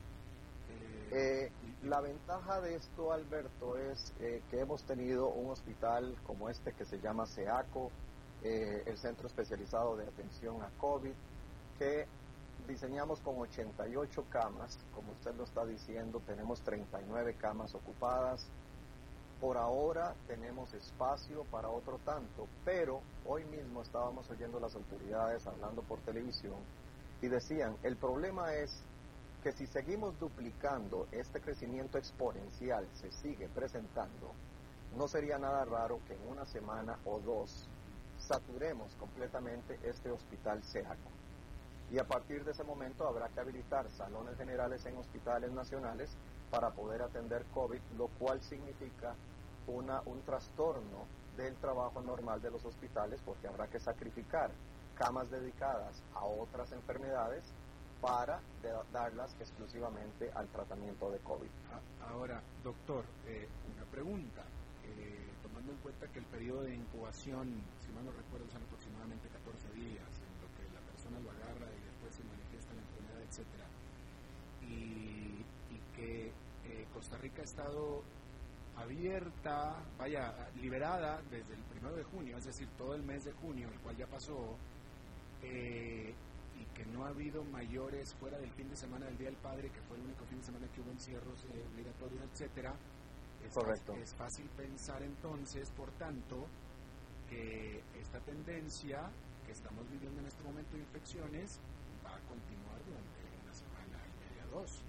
Eh, la ventaja de esto, Alberto, es eh, que hemos tenido un hospital como este que se llama SEACO, eh, el Centro Especializado de Atención a COVID, que diseñamos con ochenta y ocho camas, como usted lo está diciendo, tenemos treinta y nueve camas ocupadas. Por ahora tenemos espacio para otro tanto, pero hoy mismo estábamos oyendo las autoridades hablando por televisión y decían, el problema es que si seguimos duplicando este crecimiento exponencial, se sigue presentando, no sería nada raro que en una semana o dos saturemos completamente este hospital Ceaco. Y a partir de ese momento habrá que habilitar salones generales en hospitales nacionales para poder atender COVID, lo cual significa una, un trastorno del trabajo normal de los hospitales, porque habrá que sacrificar camas dedicadas a otras enfermedades para de, darlas exclusivamente al tratamiento de COVID. Ahora, doctor, eh, una pregunta. Eh, tomando en cuenta que el periodo de incubación, si mal no recuerdo, son aproximadamente catorce días, en lo que la persona lo agarra y después se manifiesta la enfermedad, etcétera, y, y que eh, Costa Rica ha estado abierta, vaya, liberada desde el primero de junio, es decir, todo el mes de junio, el cual ya pasó, eh, y que no ha habido mayores fuera del fin de semana del Día del Padre, que fue el único fin de semana que hubo encierros eh, obligatorios, etcétera. Es Correcto. Fácil, es fácil pensar entonces, por tanto, que esta tendencia que estamos viviendo en este momento de infecciones va a continuar durante una semana y media, dos.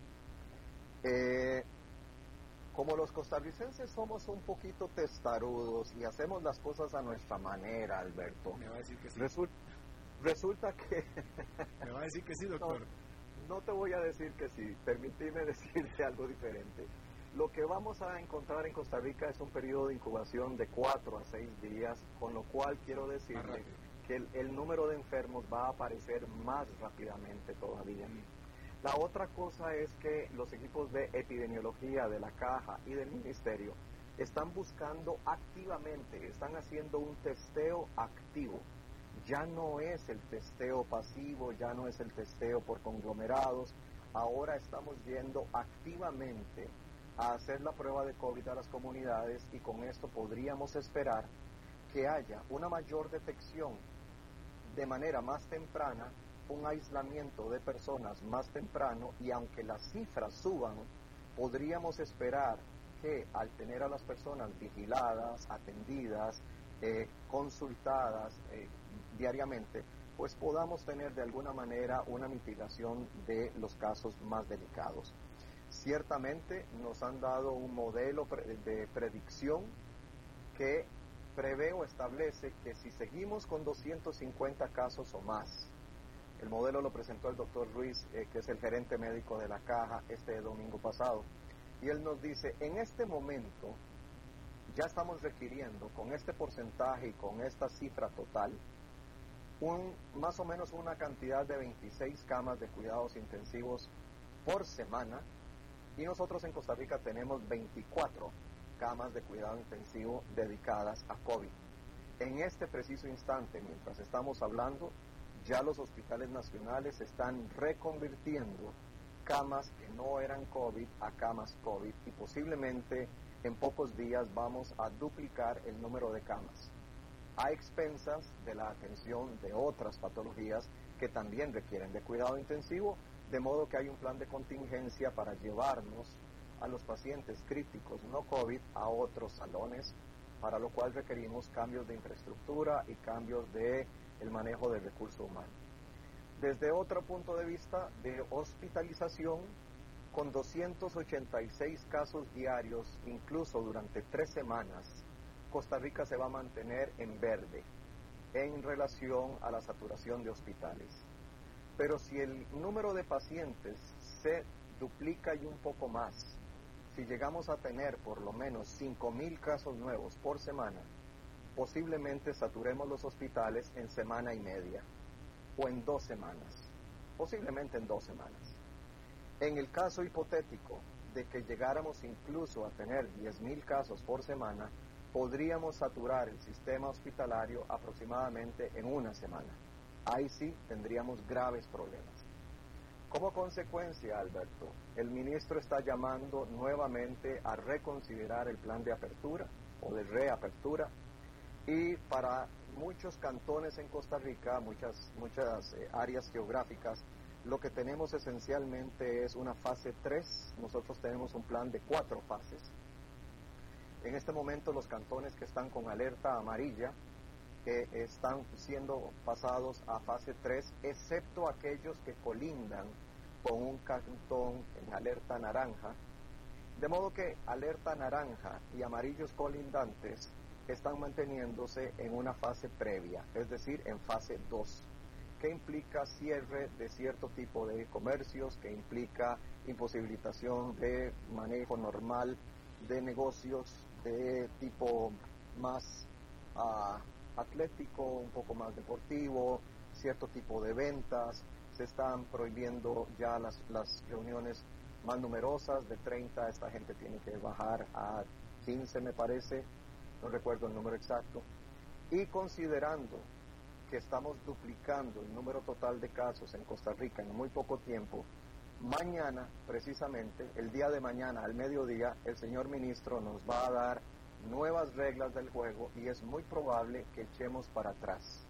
Eh, como los costarricenses somos un poquito testarudos y hacemos las cosas a nuestra manera, Alberto. Me va a decir que sí. Resu- resulta que... Me va a decir que sí, doctor. No, no te voy a decir que sí, permíteme decirte algo diferente. Lo que vamos a encontrar en Costa Rica es un periodo de incubación de cuatro a seis días, con lo cual quiero decirle que el, el número de enfermos va a aparecer más rápidamente todavía. Mm. La otra cosa es que los equipos de epidemiología de la Caja y del Ministerio están buscando activamente, están haciendo un testeo activo. Ya no es el testeo pasivo, ya no es el testeo por conglomerados, ahora estamos yendo activamente a hacer la prueba de COVID a las comunidades y con esto podríamos esperar que haya una mayor detección de manera más temprana, un aislamiento de personas más temprano y aunque las cifras suban, podríamos esperar que al tener a las personas vigiladas, atendidas, eh, consultadas eh, diariamente, pues podamos tener de alguna manera una mitigación de los casos más delicados. Ciertamente nos han dado un modelo de predicción que prevé o establece que si seguimos con doscientos cincuenta casos o más, el modelo lo presentó el doctor Ruiz, eh, que es el gerente médico de la Caja, este domingo pasado, y él nos dice, en este momento ya estamos requiriendo con este porcentaje y con esta cifra total, un, más o menos una cantidad de veintiséis camas de cuidados intensivos por semana, y nosotros en Costa Rica tenemos veinticuatro camas de cuidado intensivo dedicadas a COVID. En este preciso instante, mientras estamos hablando, ya los hospitales nacionales están reconvirtiendo camas que no eran COVID a camas COVID y posiblemente en pocos días vamos a duplicar el número de camas, a expensas de la atención de otras patologías que también requieren de cuidado intensivo, de modo que hay un plan de contingencia para llevarnos a los pacientes críticos no COVID a otros salones, para lo cual requerimos cambios de infraestructura y cambios de el manejo del recurso humano. Desde otro punto de vista de hospitalización, con doscientos ochenta y seis casos diarios, incluso durante tres semanas, Costa Rica se va a mantener en verde en relación a la saturación de hospitales. Pero si el número de pacientes se duplica y un poco más, si llegamos a tener por lo menos cinco mil casos nuevos por semana, posiblemente saturemos los hospitales en semana y media o en dos semanas, posiblemente en dos semanas. En el caso hipotético de que llegáramos incluso a tener diez mil casos por semana, podríamos saturar el sistema hospitalario aproximadamente en una semana. Ahí sí tendríamos graves problemas. Como consecuencia, Alberto, el ministro está llamando nuevamente a reconsiderar el plan de apertura o de reapertura y para muchos cantones en Costa Rica, muchas, muchas eh, áreas geográficas, Lo que tenemos esencialmente es una fase tres, nosotros tenemos un plan de cuatro fases. En este momento los cantones que están con alerta amarilla que están siendo pasados a fase tres, excepto aquellos que colindan con un cantón en alerta naranja, de modo que alerta naranja y amarillos colindantes están manteniéndose en una fase previa, es decir, en fase dos, que implica cierre de cierto tipo de comercios, que implica imposibilitación de manejo normal de negocios de tipo más uh, atlético, un poco más deportivo, cierto tipo de ventas. Se están prohibiendo ya las, las reuniones más numerosas, de treinta, esta gente tiene que bajar a quince, me parece, no recuerdo el número exacto. Y considerando que estamos duplicando el número total de casos en Costa Rica en muy poco tiempo, mañana, precisamente, el día de mañana, al mediodía, el señor ministro nos va a dar nuevas reglas del juego y es muy probable que echemos para atrás.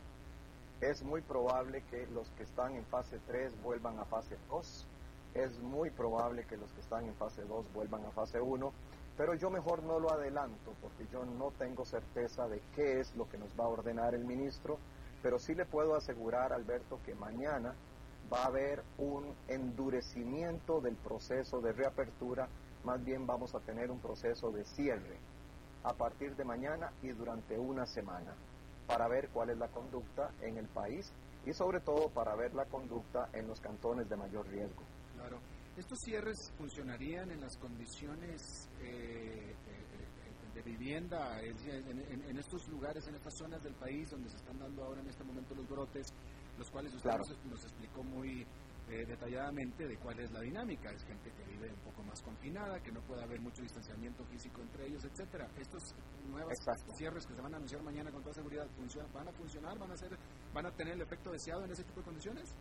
Es muy probable que los que están en fase tres vuelvan a fase dos, es muy probable que los que están en fase dos vuelvan a fase uno, pero yo mejor no lo adelanto porque yo no tengo certeza de qué es lo que nos va a ordenar el ministro, pero sí le puedo asegurar, Alberto, que mañana va a haber un endurecimiento del proceso de reapertura, más bien vamos a tener un proceso de cierre a partir de mañana y durante una semana, para ver cuál es la conducta en el país y sobre todo para ver la conducta en los cantones de mayor riesgo. Claro. ¿Estos cierres funcionarían en las condiciones eh, de vivienda, es, en, en, en estos lugares, en estas zonas del país donde se están dando ahora en este momento los brotes, los cuales usted claro. nos, nos explicó muy eh, detalladamente de cuál es la dinámica? Es gente que vive un poco más confinada, que no puede haber mucho distanciamiento físico entre ellos, etcétera. Estos nuevos Exacto. cierres que se van a anunciar mañana con toda seguridad, ¿van a funcionar? ¿Van a, ser, ¿Van a tener el efecto deseado en ese tipo de condiciones?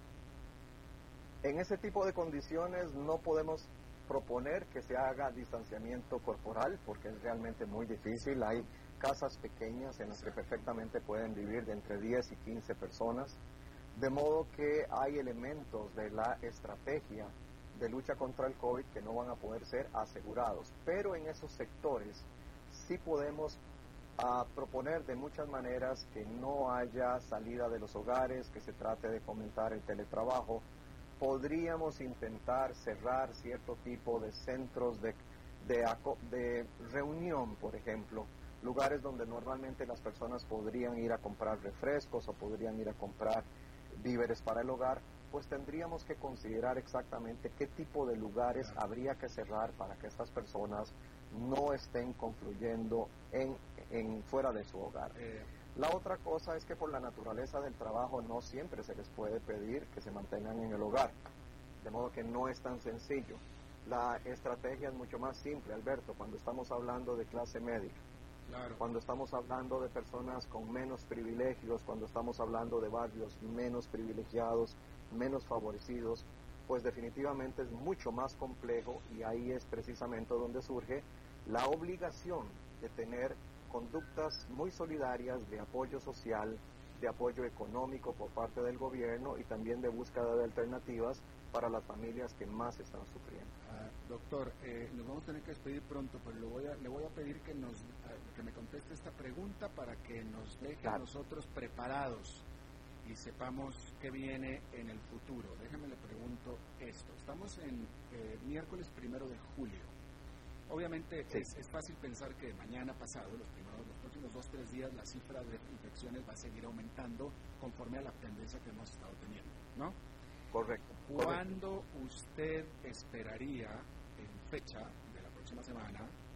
En ese tipo de condiciones no podemos proponer que se haga distanciamiento corporal porque es realmente muy difícil. Hay casas pequeñas en las que perfectamente pueden vivir de entre diez y quince personas, de modo que hay elementos de la estrategia de lucha contra el COVID que no van a poder ser asegurados, pero en esos sectores sí podemos uh, proponer de muchas maneras que no haya salida de los hogares, que se trate de fomentar el teletrabajo. Podríamos intentar cerrar cierto tipo de centros de, de, de reunión, por ejemplo, lugares donde normalmente las personas podrían ir a comprar refrescos o podrían ir a comprar víveres para el hogar, pues tendríamos que considerar exactamente qué tipo de lugares claro. habría que cerrar para que estas personas no estén confluyendo en, en fuera de su hogar. Eh. La otra cosa es que por la naturaleza del trabajo no siempre se les puede pedir que se mantengan en el hogar, de modo que no es tan sencillo. La estrategia es mucho más simple, Alberto, cuando estamos hablando de clase media, claro. cuando estamos hablando de personas con menos privilegios, cuando estamos hablando de barrios menos privilegiados, menos favorecidos, pues definitivamente es mucho más complejo y ahí es precisamente donde surge la obligación de tener conductas muy solidarias de apoyo social, de apoyo económico por parte del gobierno y también de búsqueda de alternativas para las familias que más están sufriendo. Ah, doctor, eh, nos vamos a tener que despedir pronto, pero le voy a, le voy a pedir que, nos, uh, que me conteste esta pregunta para que nos deje claro. a nosotros preparados y sepamos qué viene en el futuro. Déjeme le pregunto esto. Estamos en eh, miércoles primero de julio. Obviamente sí. es, es fácil pensar que mañana pasado, los, primeros, los próximos dos o tres días, la cifra de infecciones va a seguir aumentando conforme a la tendencia que hemos estado teniendo, ¿no? Correcto. ¿Cuándo correcto. usted esperaría, en fecha de la próxima semana,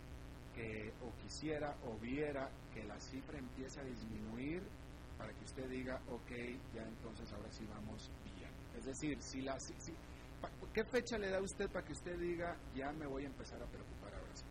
que o quisiera o viera que la cifra empiece a disminuir para que usted diga, ok, ya entonces ahora sí vamos bien? Es decir, si la, si, si, ¿qué fecha le da usted para que usted diga, ya me voy a empezar a preocupar ahora sí?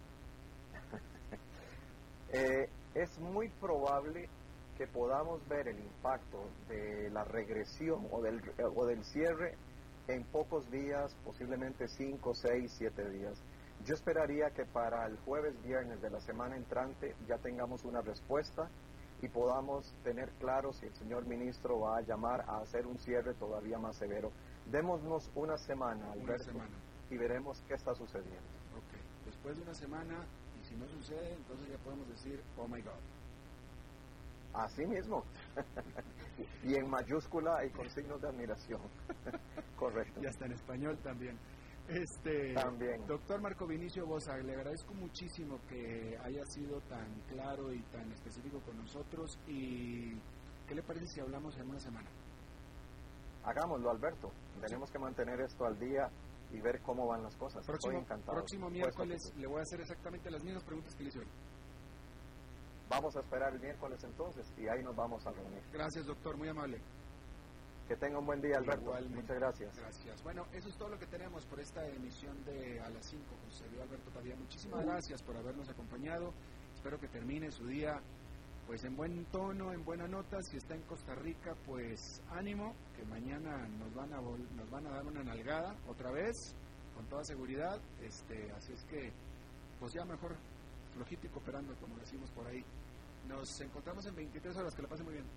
eh, es muy probable que podamos ver el impacto de la regresión o del, o del cierre en pocos días, posiblemente cinco, seis, siete días. Yo esperaría que para el jueves, viernes de la semana entrante ya tengamos una respuesta y podamos tener claro si el señor ministro va a llamar a hacer un cierre todavía más severo. Démonos una semana, Alberto, una semana. y veremos qué está sucediendo. Ok, después de una semana, y si no sucede, entonces ya podemos decir, oh my God. Así mismo. Y en mayúscula y con signos de admiración. Correcto. Y hasta en español también. Este, También. Doctor Marco Vinicio Boza, le agradezco muchísimo que haya sido tan claro y tan específico con nosotros. ¿Y qué le parece si hablamos en una semana? Hagámoslo, Alberto. Tenemos que mantener esto al día y ver cómo van las cosas. Próximo, Estoy encantado. próximo miércoles le voy a hacer exactamente las mismas preguntas que le hice hoy. Vamos a esperar el miércoles entonces y ahí nos vamos a reunir. Gracias, doctor, muy amable. Que tenga un buen día, Alberto. Igualmente. Muchas gracias. Gracias. Bueno, eso es todo lo que tenemos por esta emisión de A las cinco con su servidor Alberto Padilla. Muchísimas gracias por habernos acompañado. Espero que termine su día pues en buen tono, en buena nota. Si está en Costa Rica, pues ánimo, que mañana nos van a vol- nos van a dar una nalgada otra vez, con toda seguridad. Este, así es que pues ya mejor flojito y cooperando, como decimos por ahí. Nos encontramos en veintitrés horas, que la pasen muy bien.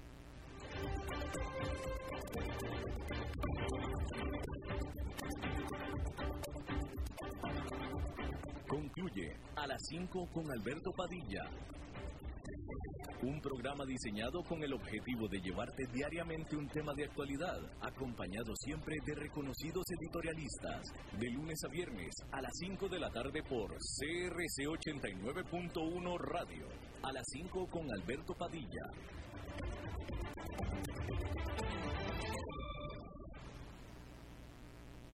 Concluye A las cinco con Alberto Padilla. Un programa diseñado con el objetivo de llevarte diariamente un tema de actualidad, acompañado siempre de reconocidos editorialistas, de lunes a viernes a las cinco de la tarde por C R C ochenta y nueve punto uno Radio. A las cinco con Alberto Padilla.